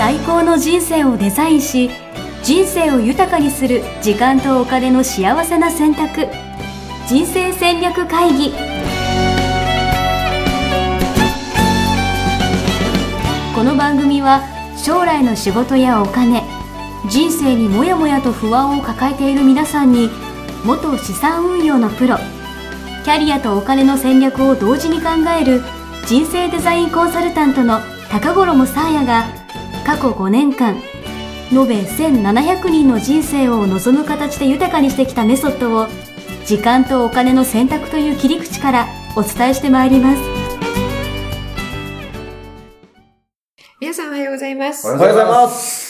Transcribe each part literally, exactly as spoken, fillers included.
最高の人生をデザインし、人生を豊かにする時間とお金の幸せな選択。人生戦略会議。この番組は将来の仕事やお金、人生にもやもやと不安を抱えている皆さんに、元資産運用のプロ、キャリアとお金の戦略を同時に考える人生デザインコンサルタントの高頃もさあやが、過去ごねんかん延べせんななひゃくにんの人生を望む形で豊かにしてきたメソッドを、時間とお金の選択という切り口からお伝えしてまいります。 皆さんおはようございます。 おはようございます。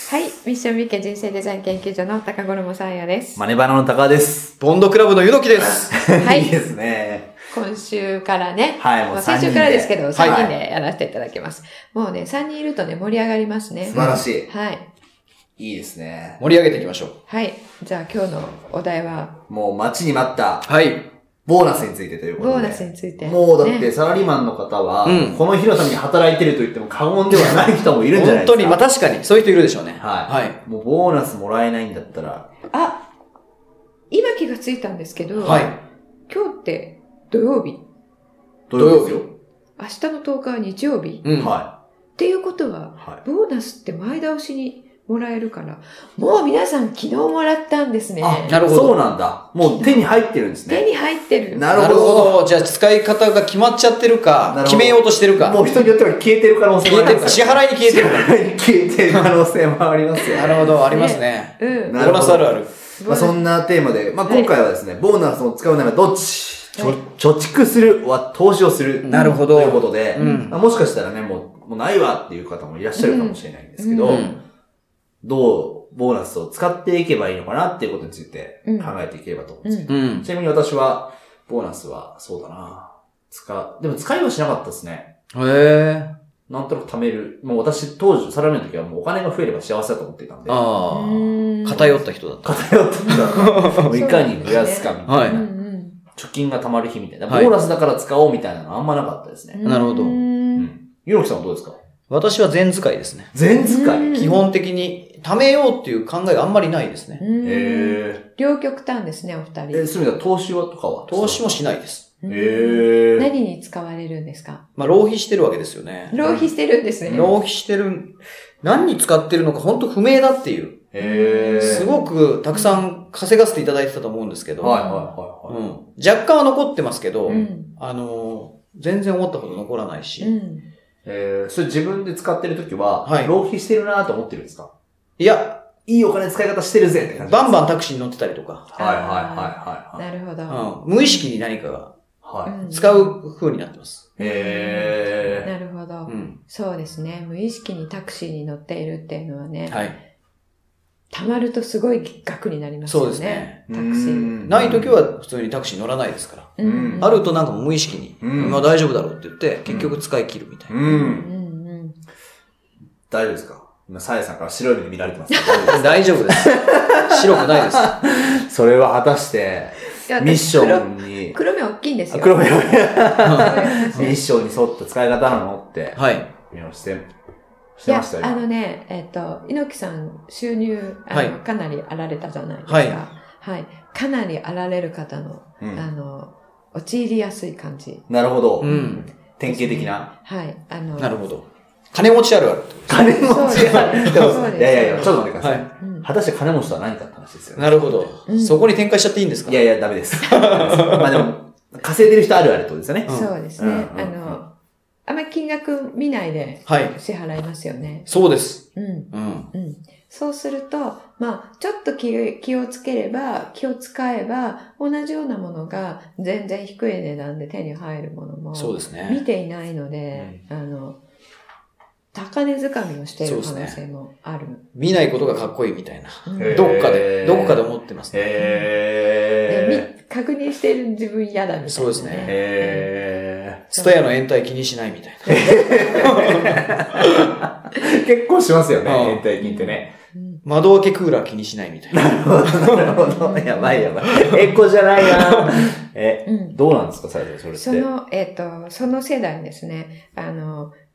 はい、ミッションミッケ人生デザイン研究所の高頃もさあやです。 マネバナの高です。 ボンドクラブのゆどきです。 はい。 いいですね。 今週からね、 はい、もうまあ、先週からですけど、さんにんはいでやらせていただきます。もうね、さんにんいるとね、盛り上がりますね。 素晴らしい。 はい。 いいですね。 盛り上げていきましょう。 はい。じゃあ今日のお題は、 もう待ちに待ったはい。 ボーナスについてということで。 ボーナスについて。 もうだってね、 サラリーマンの方は、 うんこの日のために働いてると言っても過言ではない人もいるんじゃないですか。 本当に、まあ確かに、そういう人いるでしょうね。 はい。 はい。 もうボーナスもらえないんだったら、 あ、今気がついたんですけど、 はい。 今日って土曜日。 土曜日ですよ。 明日のとおかは日曜日。 うん。 はっていうことは、 い。はい。 ボーナスって前倒しにもらえるから、もう皆さん昨日もらったんですね。 あ、 なるほどそうなんだ。もう手に入ってるんですね。 手に入ってる。 なるなるほほど。 ど。じゃあ使い方が決まっちゃってるかなるほど、 決めようとしてるか。 もう人によっては消えてる可能性もあります。 消えてるか。支払いに消えてるか。 消えてる可能性もありますよね。 なるほど、ありますね。 うん。 ボーナスあるある。 まあ、そんなテーマで、まあ、今回はですね、ボーナスを使うならどっち、 はい貯蓄するは投資をする。 なるほどということで、 うんまあ、もしかしたらね、もう、もうないわっていう方もいらっしゃるかもしれないんですけど、 うんどうボーナスを使っていけばいいのかなっていうことについて考えていければと思うんですけど、 うん。 ちなみに私は、ボーナスは、そうだな、使、でも使いはしなかったですね。 へえ。 なんとなく貯める。もう私、当時、サラリーマンの時はもうお金が増えれば幸せだと思っていたんで、 あうんあ。偏った人だった。 偏ってた。もういかに増やすかみたいな。 はいうんうん貯金が貯まる日みたいな。ボはいーナスだから使おうみたいなのあんまなかったですね。 なるほどううんん。ゆうのきさんはどうですか？ 私は全使いですね。 全使い。 うん基本的に貯めようっていう考えがあんまりないですね。 うんへ両極端ですね、お二え。え、 人。 そういう意味では投資はとかは投資もしないです。 うんへえ。 何に使われるんですか？ まあ浪費してるわけですよね。 浪費してるんですね。 浪費してる、何に使ってるのか本当不明だっていう。 へえ。 すごくたくさん稼がせていただいてたと思うんですけど、 はいはいはいはい。 うん、若干は残ってますけど、 うん。 あのー、全然思ったほど残らないし、 うん。 えー、それ自分で使ってるときは、 はい浪費してるなと思ってるんですか？ いや、 いいお金使い方してるぜって感じ。 バンバンタクシーに乗ってたりとか、 はいはいはいはいはい。 なるほど。 うん、無意識に何かがはい。 うん使う風になってます。 へなるほどう。ん、 そうですね。無意識にタクシーに乗っているっていうのはね、 はい。 溜まるとすごい額になりますよね。 そうですねタクシー。 ー。 ない時は普通にタクシー乗らないですから。 うんあるとなんかもう無意識に、 うんまあ大丈夫だろうって言って、結局使い切るみたいな。 うん。 うんうん。 大丈夫ですか？今、さやさんから白い目で見られてますけど。 大丈夫です。白くないです。 それは果たして、 いやミッショ黒ンに、 黒目大きいんですよ。 あ黒目をミそういう話ッションに沿った使い方なのって、 はい。 見まして、しいやてました、よ。 あのね、えっ、と、猪木さん収入、あの、 はいかなりあられたじゃないですか。 はいはい。かなりあられる方の、 うんあの、陥りやすい感じ。 なるほど。 うん。 典型的な。 はい。あの、 なるほど。金持ちあるあるってこと金持ちが、 そうですでもそうですいやいやいや、ちょっと待ってください。 はうん果たして金持ちとは何かって話ですよね。 なるほど、 うんそこに展開しちゃっていいんですか？ いやいや、ダメです。まあでも、稼いでる人あるあるってことですよね。 うんそうですね。 うんうんあの、あんまり金額見ないではい。 支払いますよね。 そうです。 うん。 うん。 うん。そうすると、まあ、ちょっと気気をつければ、気を使えば、同じようなものが全然低い値段で手に入るものも、 そうですね。 見ていないので、あの、高値掴みをしている可能性もある。 見ないことがかっこいいみたいな。 うんへーどっかで、どこかで思ってますね。 へでみ確認している自分嫌だみたいな、 そうですねー。へスタヤの延滞気にしないみたいな。 ー。結構しますよね、 うん延滞金ってね。 うん窓開けクーラー気にしないみたいな。 なるほど。やばいやばい。エコじゃないなえ、 うんどうなんですか、最初それって。 その、えっ、と、その世代ですね、あの、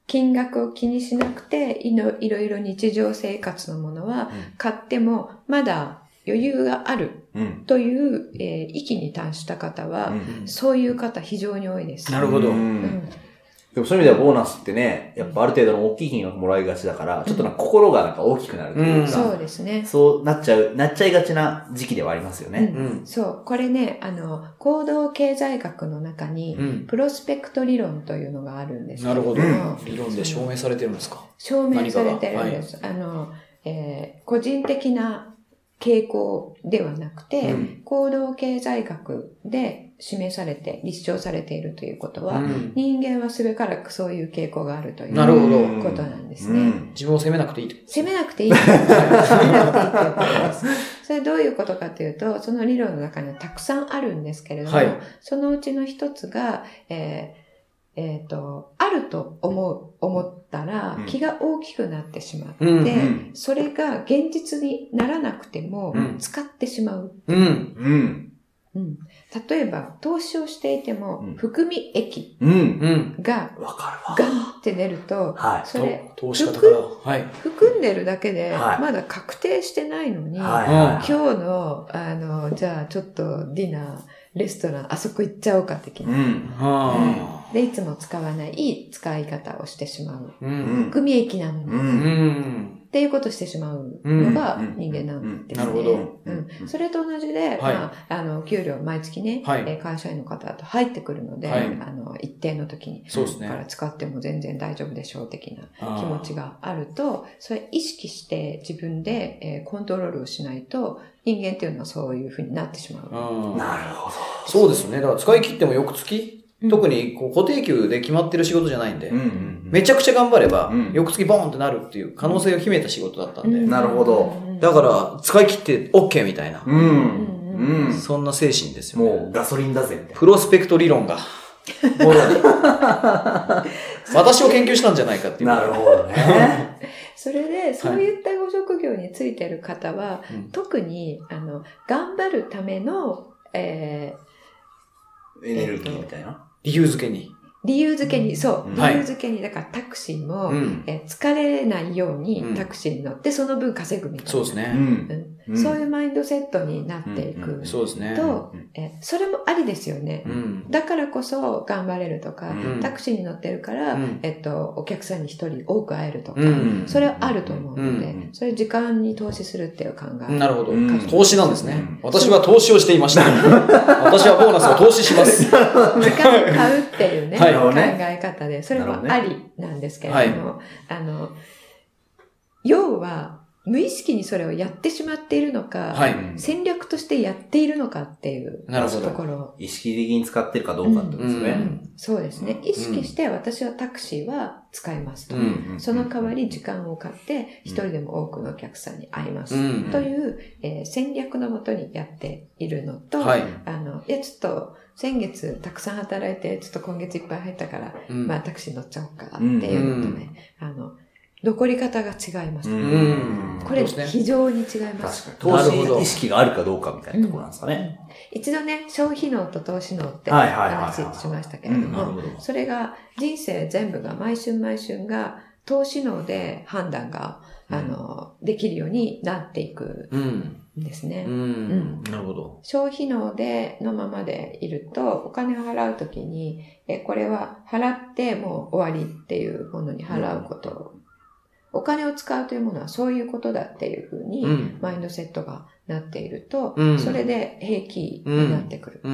金額を気にしなくていろいろいろ日常生活のものは買ってもまだ余裕があるという、うんえー、域に達した方は、うん、そういう方非常に多いです。 なるほど。うんうんでもそういう意味ではボーナスってね、やっぱある程度の大きい金額もらいがちだから、ちょっとなんか心がなんか大きくなるというか、 うん、そうですね。 そうなっちゃう、なっちゃいがちな時期ではありますよね。 うんうん、そう。これね、あの、行動経済学の中に、うん、プロスペクト理論というのがあるんですけども。 なるほど。理論で証明されてるんですか？ 証明されてるんです。はい、あの、えー、個人的な傾向ではなくて、うん、行動経済学で示されて、立証されているということは、うん、人間はすべからくそういう傾向があるということなんですね。うん、 自分を責めなくていいと。 責めなくていい。責めなくていいということです。それどういうことかというと、その理論の中にはたくさんあるんですけれども、はい、そのうちの一つが、えーえっと、あると思う、思ったら気が大きくなってしまって、うんうん、それが現実にならなくても使ってしまう。 うんうんうん、例えば、投資をしていても、含み益がガンって出ると、それ、含んでるだけで、まだ確定してないのに、今日の、あの、じゃあちょっとディナー、レストラン、あそこ行っちゃおうか的な。うんで、いつも使わない使い方をしてしまう。うん、含み益なのに、うん。っていうことをしてしまうのが人間なんですね。なるほど。うん。それと同じで、はい、まあ、あの、給料毎月ね、はい、会社員の方だと入ってくるので、はい、あの、一定の時に、そうですね。から使っても全然大丈夫でしょう的な気持ちがあると、それ意識して自分で、えー、コントロールをしないと、人間っていうのはそういう風になってしまう。 なるほど。 そうですね。だから使い切っても翌月特にこう固定給で決まってる仕事じゃないんで、うんうんうん、めちゃくちゃ頑張れば、うん、翌月ボーンってなるっていう可能性を秘めた仕事だったんで。うん、 なるほど。 だから、使い切って OK みたいな。 うんうん、 そんな精神ですよね。 もうガソリンだぜみたいな。 プロスペクト理論が、ボロに。私を研究したんじゃないかっていう。 なるほどね。 それで、そういったご職業についてる方は、はい、特に、あの、頑張るための、えー、エネルギーみたいな。 理由付けに。 理由付けに、そう。理由付けに、だからタクシーも、うん、え疲れないようにタクシーに乗って、その分稼ぐみたいな。 そうですね、 うん。そういうマインドセットになっていく。うん、 そうですね。 と、え、それもありですよね。うん、だからこそ頑張れるとか、うん、タクシーに乗ってるから、うん、えっと、お客さんに一人多く会えるとか、うん、それはあると思うので、うん、それ時間に投資するっていう考え。 なるほど。投資なんですね。私は投資をしていました。私はボーナスを投資します。 時間を買うっていうね。はい考え方で、それもありなんですけれども、ねはい、あの、要は、無意識にそれをやってしまっているのか、はい、戦略としてやっているのかっていうところ。 意識的に使ってるかどうかってことですね、うんうん。 そうですね。意識して私はタクシーは使いますと。うん、その代わり時間を買って一人でも多くのお客さんに会います、うん、という、えー、戦略のもとにやっているのと、はい、あの、いやちょっと先月たくさん働いて、ちょっと今月いっぱい入ったから、うん、まあタクシー乗っちゃおうかっていうのとね、うん、あの、残り方が違います。うんこれ非常に違います。 確かに。投資意識があるかどうかみたいなところなんですかね。 うん、一度ね、消費脳と投資脳って話しましたけれども、それが人生全部が毎春毎春が投資脳で判断が、うん、あの、できるようになっていくんですね。 うんうん、なるほど。 消費脳でのままでいると、お金を払うときに、え、これは払ってもう終わりっていうものに払うことを、うんお金を使うというものはそういうことだっていうふうに、マインドセットがなっていると、うん、それで平気になってくる、うんうん。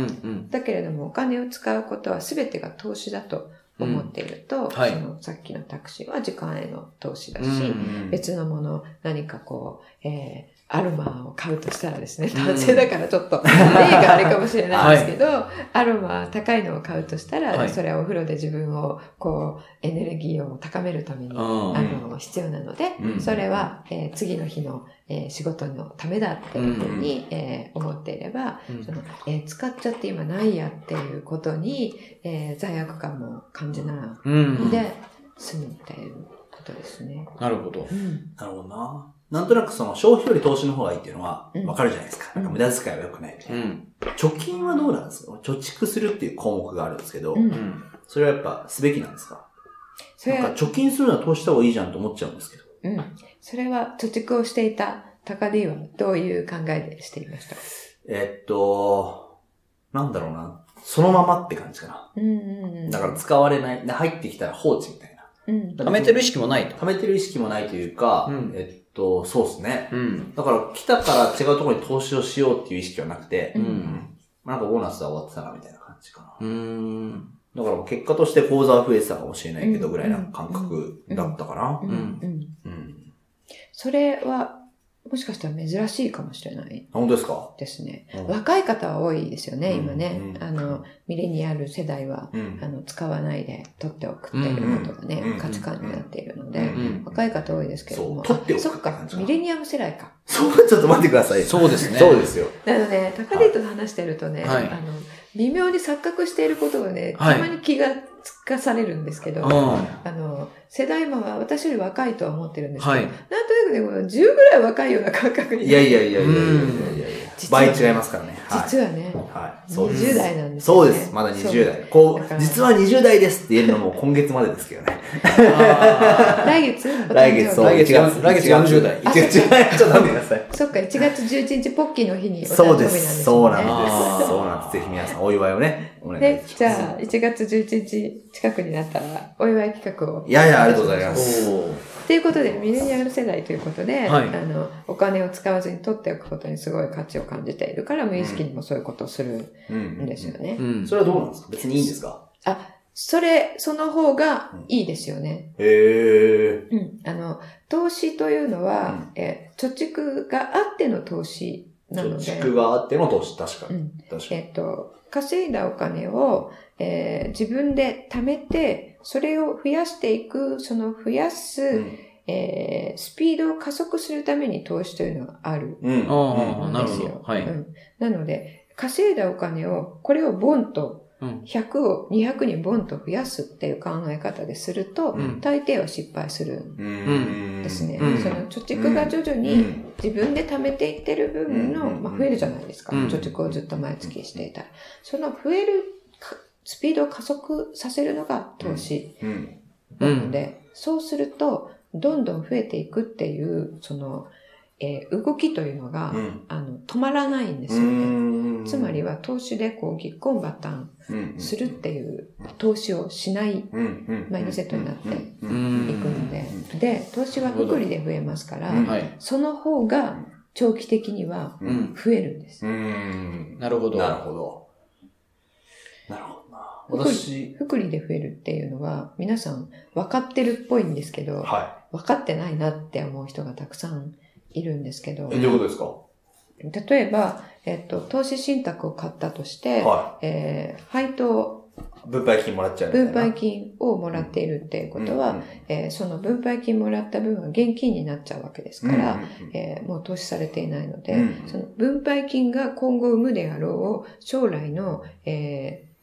だけれどもお金を使うことは全てが投資だと思っていると、うんはい、そのさっきのタクシーは時間への投資だし、うんうん、別のもの、何かこう、えーアロマを買うとしたらですね、男性だからちょっと例があれかもしれないですけど、はい、アロマ高いのを買うとしたら、はい、それはお風呂で自分をこうエネルギーを高めるためにあの必要なので、うん、それは、えー、次の日の、えー、仕事のためだっていうふうに、うんえー、思っていれば、うんそのえー、使っちゃって今ないやっていうことに、えー、罪悪感も感じないで済むっていうことですね。 なるほど。 うん、なるほどな。なんとなくその消費より投資の方がいいっていうのはわかるじゃないですか。うん、なんか無駄遣いは良くないみたいな、うん。貯金はどうなんですか？貯蓄するっていう項目があるんですけど、うん、それはやっぱすべきなんですか？ それはなんか貯金するのは投資した方がいいじゃんと思っちゃうんですけど。 うん。それは貯蓄をしていた高 D はどういう考えでしていました？ えっと、なんだろうな。そのままって感じかな。 うんうんうん、 だから使われない。入ってきたら放置みたいな。 うん。 貯めてる意識もないと。 貯めてる意識もないというか、うん、えっと、そうですね。 うん。 だから来たから違うところに投資をしようっていう意識はなくて、 うん。うん 、なんかボーナスは終わってたなみたいな感じかな。 うん。 だから結果として口座は増えてたかもしれないけどぐらいな感覚だったかな。 うん。うん。うん。それは、もしかしたら珍しいかもしれない。 本当ですか？ ですね。 うん、 若い方は多いですよね、今ね。 うんうん、 あの、ミレニアル世代は、うん、あの、使わないで取っておくっていうことがね、うんうん、価値観になっているので、うんうん、若い方多いですけれども。 そう、取っておく。 そっか、ミレニアム世代か。 そう、ちょっと待ってください。 そうですね。 そうですよ。 なので、高ディと話してるとね、はい、あの、微妙に錯覚していることをね、たまに気がつかされるんですけど、はい、あの、世代もは私より若いとは思ってるんですけど、はい、なんとなくね、このじゅうぐらい若いような感覚に。 いやいやいやいやいやいやいやいや倍違いますからね。 実はね、 はい、 そうです。にじゅう代なんですね。 そうです。まだにじゅう代。こう、実はにじゅう代ですって言えるのも今月までですけどね。 来月来月、そう。 来月、来月よんじゅう代。 いちがつ、ちょっと待ってください。 そっか、いちがつじゅういちにちポッキーの日にお誕生日なんですね。 そうです。そうなんです。そうなんです。ぜひ皆さんお祝いをね、お願いします。 で、じゃあ、いちがつじゅういちにち近くになったら、お祝い企画を。 いやいや、ありがとうございます。 ということで、ミレニアル世代ということで、はい、あの、お金を使わずに取っておくことにすごい価値を感じているから、無意識にもそういうことをするんですよね。 うんうんうん、それはどうなんですか？別にいいんですか？ あ、それ、その方がいいですよね。 うん、へー。 うん。あの、投資というのは、うん、え、貯蓄があっての投資なので。 貯蓄があっての投資、確かに。うん、確かに。 えっと、稼いだお金を、えー、自分で貯めて、それを増やしていく、その増やす、うんえー、スピードを加速するために投資というのがあるんですよ。 うん、ああ、なるほど。はい、 うん。なので、稼いだお金を、これをボンと、ひゃくをにひゃくにボンと増やすっていう考え方ですると、うん、大抵は失敗するんですね。うん、その貯蓄が徐々に自分で貯めていってる部分の、まあ、増えるじゃないですか。うん、貯蓄をずっと毎月していたら。その増えるスピードを加速させるのが投資なので、うん、そうすると、どんどん増えていくっていう、その、えー、動きというのが、うん、あの、止まらないんですよね。つまりは投資でこう、ぎっこんばたんするっていう、投資をしないマインドセットになっていくので、で、投資は複利で増えますから、その方が長期的には増えるんです。 うん、なるほど。 なるほど。なるほど。 私、複利で増えるっていうのは、皆さん分かってるっぽいんですけど、はい、分かってないなって思う人がたくさんいるんですけど。 え、どういうことですか？例えば、えっと、投資信託を買ったとして、はい、えー、配当、 分配金もらっちゃうみたいな。 分配金をもらっているっていうことは、うんうんえー、その分配金もらった分は現金になっちゃうわけですから、うんうんえー、もう投資されていないので、うん、その分配金が今後生むであろう将来の、えー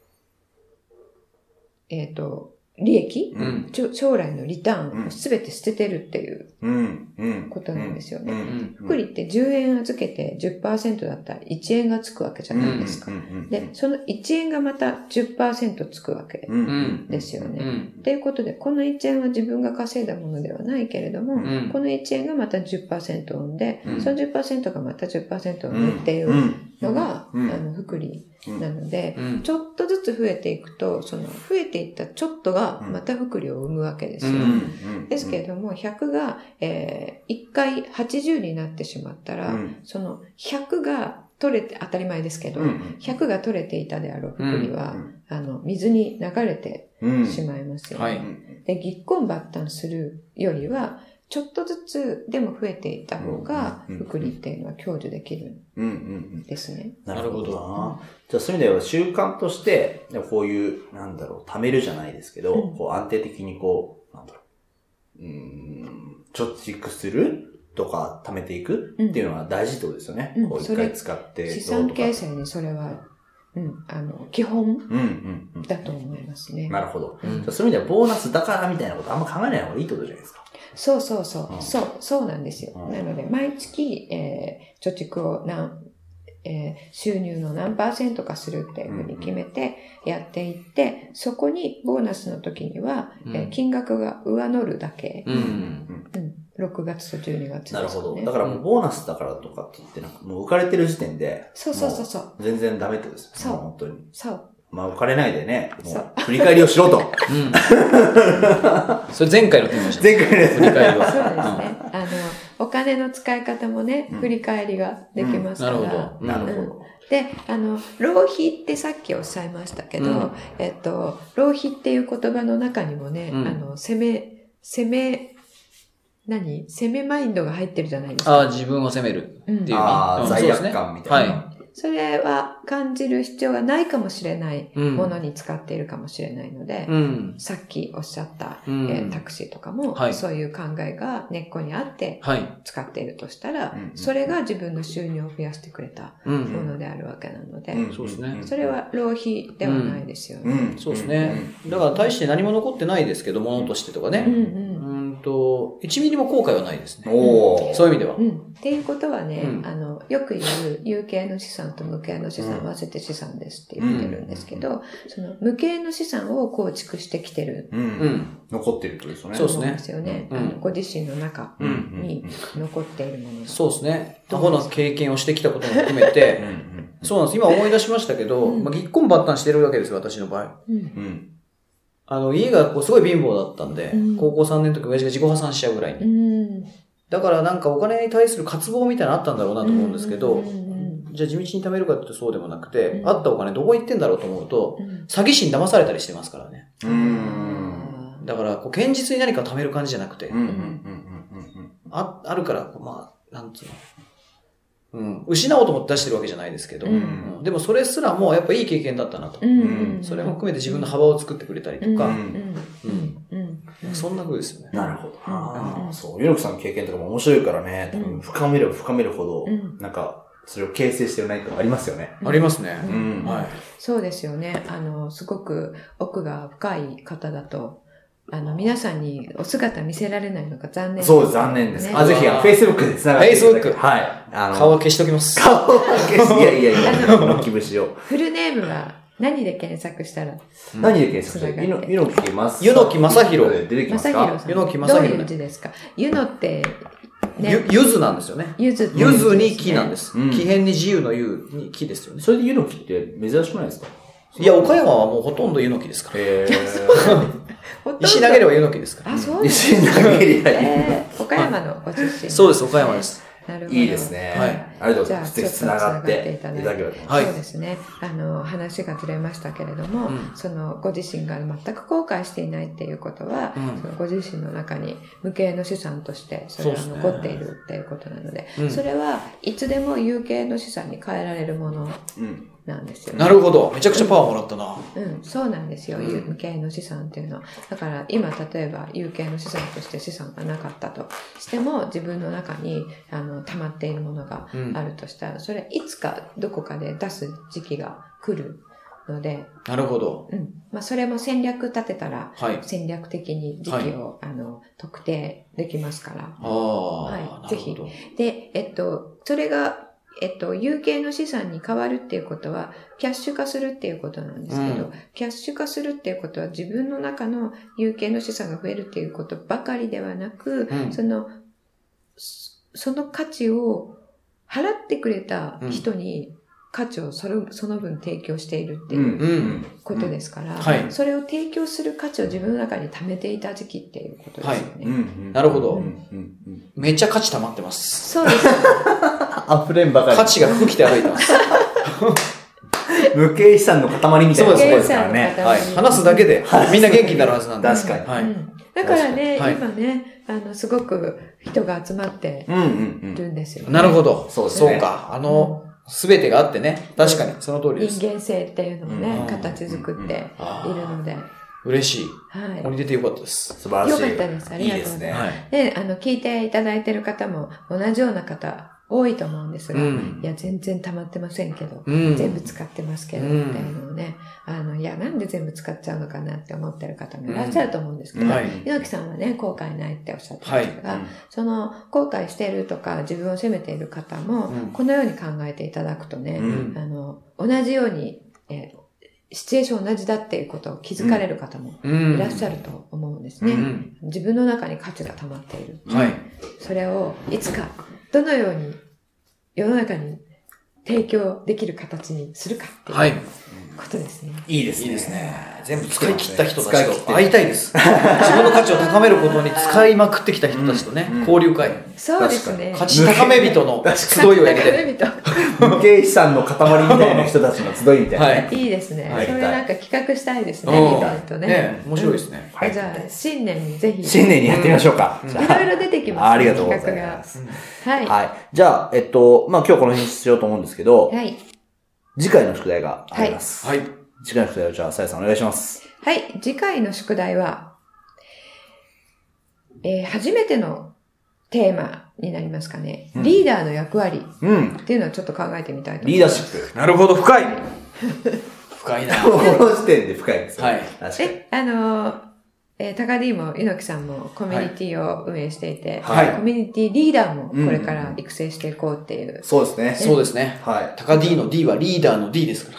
えっと、利益、うん、将来のリターンをすべて捨ててるっていうことなんですよね。複利ってじゅうえん預けて じゅっパーセント だったらいちえんがつくわけじゃないですか。で、そのいちえんがまた じゅっパーセント つくわけですよね。ということで、このいちえんは自分が稼いだものではないけれども、うん、このいちえんがまた じゅっパーセント を生んで、うん、その じゅっパーセント がまた じゅっパーセント を生むっていうのが、うん、あの、複利なので、うん、ちょっとずつ増えていくと、その増えていったちょっとがまた複利を生むわけですよ。ですけれども、ひゃくが、えー、いっかいはちじゅうになってしまったら、うん、そのひゃくが取れて、当たり前ですけど、うん、ひゃくが取れていたであろう複利は、うん、あの、水に流れてしまいますよね。うんはい、で、ぎっこんばったんするよりは、ちょっとずつでも増えていた方が、複利っていうのは享受できるんですね。 なるほどな。じゃあそういう意味では習慣として、こういう、なんだろう、貯めるじゃないですけど、うん、こう安定的にこう、なんだろう、うーん、貯蓄するとか貯めていくっていうのは大事ってことですよね。うん、こう一回使って資産形成にそれは、うん、あの、基本だと思いますね。 なるほど。うん、じゃあそういう意味ではボーナスだからみたいなことあんま考えない方がいいってことじゃないですか。 そうそうそう。うん、そう、そうなんですよ。うん、なので、毎月、えー、貯蓄を何、 えー、収入の何パーセントかするっていうふうに決めてやっていって、そこにボーナスの時には、うん、えー、金額が上乗るだけ、うんうん、ろくがつとじゅうにがつですかね。 なるほど。だからもうボーナスだからとかって言ってなんかもう浮かれてる時点で、 そうそうそうそう。 全然ダメってことですよね。 そう。 本当に。 そう。 まあ浮かれないでね、もう振り返りをしろと。うん。 それ前回のテーマじゃん。 前回の振り返りは。 そうですね。あの、お金の使い方もね、振り返りができますから。 うん、なるほど。 なるほど。 で、あの、浪費ってさっきおっしゃいましたけど、うん、えっと、浪費っていう言葉の中にもね、うん、あの、攻め、攻め、何攻めマインドが入ってるじゃないですか。 ああ、自分を責めるっていう、ね。 ああ、 うん、 罪悪感みたいな。はい。 それは感じる必要がないかもしれないものに使っているかもしれないので、うん、さっきおっしゃった、うんえー、タクシーとかも、はい、そういう考えが根っこにあって使っているとしたら、はい、それが自分の収入を増やしてくれたものであるわけなので、 うんうん、そうですね。 それは浪費ではないですよね。 うんうん、そうですね。だから大して何も残ってないですけど、物としてとかね。うんうんうんといちミリも後悔はないですね。おそういう意味では。 うん。っていうことはね、うん、あの、よく言う有形の資産と無形の資産を合わせて資産ですって言ってるんですけど、うん、その無形の資産を構築してきてる。 うん。うん、残ってるってことですよね。 そうですね。 ですよね。うん、あのご自身の中に残っているものが。 そうですね。過去の経験をしてきたことも含めて、そうなんです。今思い出しましたけど、うん、まあ、ぎっこんばったんしてるわけですよ、私の場合。うん。あの、家がこうすごい貧乏だったんで、うん、高校さんねんの時親父が自己破産しちゃうぐらいに。うん、だからなんかお金に対する渇望みたいなのあったんだろうなと思うんですけど、うん、じゃあ地道に貯めるかってそうでもなくて、うん、あったお金どこ行ってんだろうと思うと、うん、詐欺師に騙されたりしてますからね。うん、だからこう堅実に何か貯める感じじゃなくて、あ、あるから、まあ、なんつうの。うん、失おうと思って出してるわけじゃないですけど、うん、でもそれすらもやっぱいい経験だったなと、うん、それも含めて自分の幅を作ってくれたりとか、うんうんうん、そんな風ですよね。 なるほど。ああ、そう。ゆのくさんの経験とかも面白いからね、多分深めれば深めるほど、なんか、それを形成してる何かありますよね。 ありますね。 うんはい、そうですよね。あの、すごく奥が深い方だと、あの、皆さんにお姿見せられないのが残念です、ね。 そう、残念です。あ、ぜひ、Facebook で繋がっていただけ。 Facebook。はい。あの顔は消しときます。 顔は消す。いやいやいや、あの、気節を。 フルネームは何で検索したら何で検索したらゆのきまさひろ。 ゆのきまさひろ。 出てきますかゆのきまさひろ。どういう字ですかゆのって、 ね、ゆ、ゆずなんですよね。 ゆず。 ゆずに木なんです。うん、木偏に自由のゆに木ですよね。 それでゆのきって珍しくないですかいや、岡山はもうほとんど湯の木ですから。へ石投げれば湯の木ですから。 あ、そうですね。石投げればいい。 えー、岡山のご出身。 そうです、岡山です。 なるほど。 いいですね。はい。ありがとうございます。ぜひ繋がっていただければと思います。 そうですね。あの、話がずれましたけれども、うん、その、ご自身が全く後悔していないっていうことは、うん、そのご自身の中に無形の資産として、それが残っているっていうことなので、そ, で、ねうん、それはいつでも有形の資産に変えられるもの。うんなんですよね。 なるほど。めちゃくちゃパワーもらったな。 うん、うん、そうなんですよ。有、うん、形の資産っていうのは。だから今例えば有形の資産として資産がなかったとしても自分の中にあの溜まっているものがあるとしたら、うん、それいつかどこかで出す時期が来るので。 なるほど。 うん。まあそれも戦略立てたら、はい、戦略的に時期を、はい、あの特定できますから。 ああ、 はい。ぜひ。で、えっと、それがえっと、有形の資産に変わるっていうことは、キャッシュ化するっていうことなんですけど、うん、キャッシュ化するっていうことは自分の中の有形の資産が増えるっていうことばかりではなく、うん、その、その価値を払ってくれた人に価値をその、その分提供しているっていうことですから、それを提供する価値を自分の中に貯めていた時期っていうことですよね。はい、 なるほど、うんうん。めっちゃ価値溜まってます。 そうです。 溢れんばかり。 価値が服着て歩いてます。 無形資産の塊みたいなところですからね。 はい。話すだけで、みんな元気になるはずなんで。 確かに。 はい。だからね、今ね、あの、すごく人が集まってるんですよね。 なるほど。そうそうか。あの、すべてがあってね。確かに、その通りです。 人間性っていうのをね、形作っているので。 嬉しい。はい。ここに出てよかったです。 素晴らしい。 よかったです。ありがとうございます。で、あの、聞いていただいている方も同じような方、 多いと思うんですが、 うん、 いや、全然溜まってませんけど、 うん、 全部使ってますけど、みたいなのをね、あの、いや、なんで全部使っちゃうのかなって思ってる方もいらっしゃると思うんですけど、 うんはい、 猪木さんはね、後悔ないっておっしゃってましたが、はい、その、後悔しているとか、自分を責めている方も、うん、このように考えていただくとね、うん、あの、同じように、えーシチュエーション同じだっていうことを気づかれる方もいらっしゃると思うんですね。うん、自分の中に価値が溜まっている。はい、それをいつかどのように世の中に提供できる形にするかっていうことですね。 はい、いいですね。 いいですね。全部使い切った人たちと会いたいです。自分の価値を高めることに使いまくってきた人たちとね、うん、交流会。 そうですね。 価値高め人の集いをやりたい。 無形資産の塊みたいな人たちの集いみたいな、ね。 はい。いいですね。はい、それなんか企画したいですね、イベントね。 ね、面白いですね。 はい。じゃあ、新年にぜひ。 新年にやってみましょうか。 いろいろ出てきます、ね。 ありがとうございます。 はい。 はい。じゃあ、えっと、まあ今日この辺にしようと思うんですけど、 はい。 次回の宿題があります。 はい。 次回の宿題をじゃあ、さやさんお願いします。 はい。次回の宿題は、えー、初めてのテーマになりますかね。うん、リーダーの役割っていうのをちょっと考えてみたいと思います。 リーダーシップ。 なるほど、深い。深いな。 この時点で深いですよ。はい。確かに。 え、あのー、えー、高 D も猪木さんもコミュニティを運営していて、 はい、 コミュニティリーダーもこれから育成していこうっていう。うん、 そうですね。 そうですね。はい。高 D の D はリーダーの D ですから。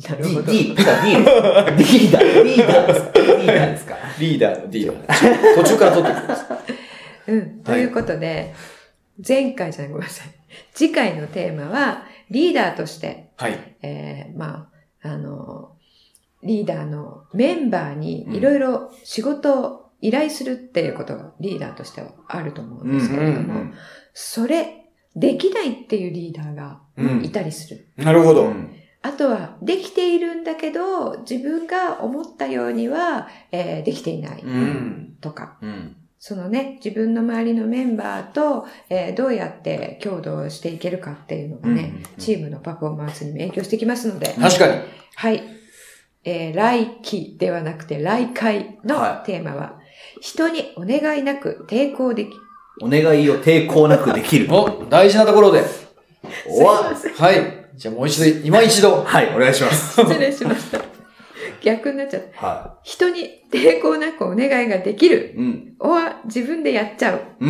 なるほど。 D、D、D、リーダー、リーダーですかリーダーですかリーダーの D は。途中から取ってくるんです。 うん。ということで、前回じゃない、ごめんなさい。次回のテーマは、リーダーとして、 はい。 えー、まあ、あの、リーダーのメンバーにいろいろ仕事を依頼するっていうことがリーダーとしてはあると思うんですけれども、うんうんうん、それ、できないっていうリーダーがいたりする。 うん、なるほど。 あとは、できているんだけど、自分が思ったようには、えー、できていないとか、うんうんそのね、自分の周りのメンバーと、えー、どうやって共同していけるかっていうのがね、うんうんうん、チームのパフォーマンスにも影響してきますので。 確かに。 はい。えー、来期ではなくて来回のテーマは、はい、人にお願いなく抵抗できる。 お願いを抵抗なくできる。 お、大事なところで。おわ、はい。じゃあもう一度、今一度。 はい、お願いします。 失礼しました。逆になっちゃった。はい。人に抵抗なくお願いができる。うん。は自分でやっちゃう。 うん。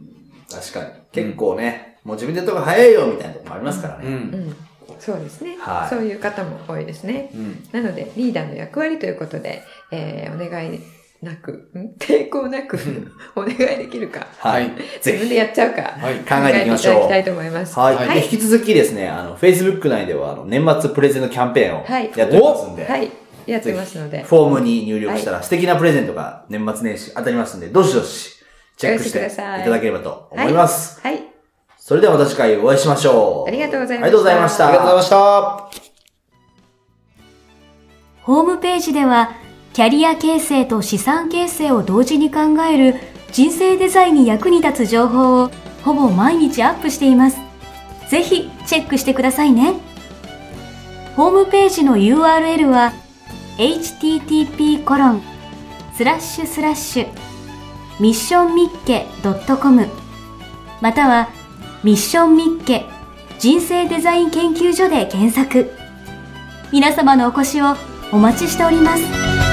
確かに。結構ね、うん、もう自分でやった方が早いよみたいなところもありますからね。うん。うん、 そうですね、はい。そういう方も多いですね。うん。なので、リーダーの役割ということで、えー、お願いなく、ん抵抗なくお願いできるか。はい。自分でやっちゃうか。はい。考えていきましょう。 考えていただきたいと思います。 はい。はい、で引き続きですね、あの、Facebook 内では、あの、年末プレゼントキャンペーンをやっておりますんで。 はい。やってますので。 フォームに入力したら素敵なプレゼントが年末年始当たりますんで、どしどしチェックしていただければと思います。はい。はい、それではまた次回お会いしましょう。 ありがとうございました。 ありがとうございました。 ありがとうございました。 ホームページでは、キャリア形成と資産形成を同時に考える人生デザインに役に立つ情報をほぼ毎日アップしています。ぜひチェックしてくださいね。ホームページの ユーアールエル は エイチティーティーピーコロンスラッシュスラッシュミッションミッケドットコム またはミッションミッケ人生デザイン研究所で検索。皆様のお越しをお待ちしております。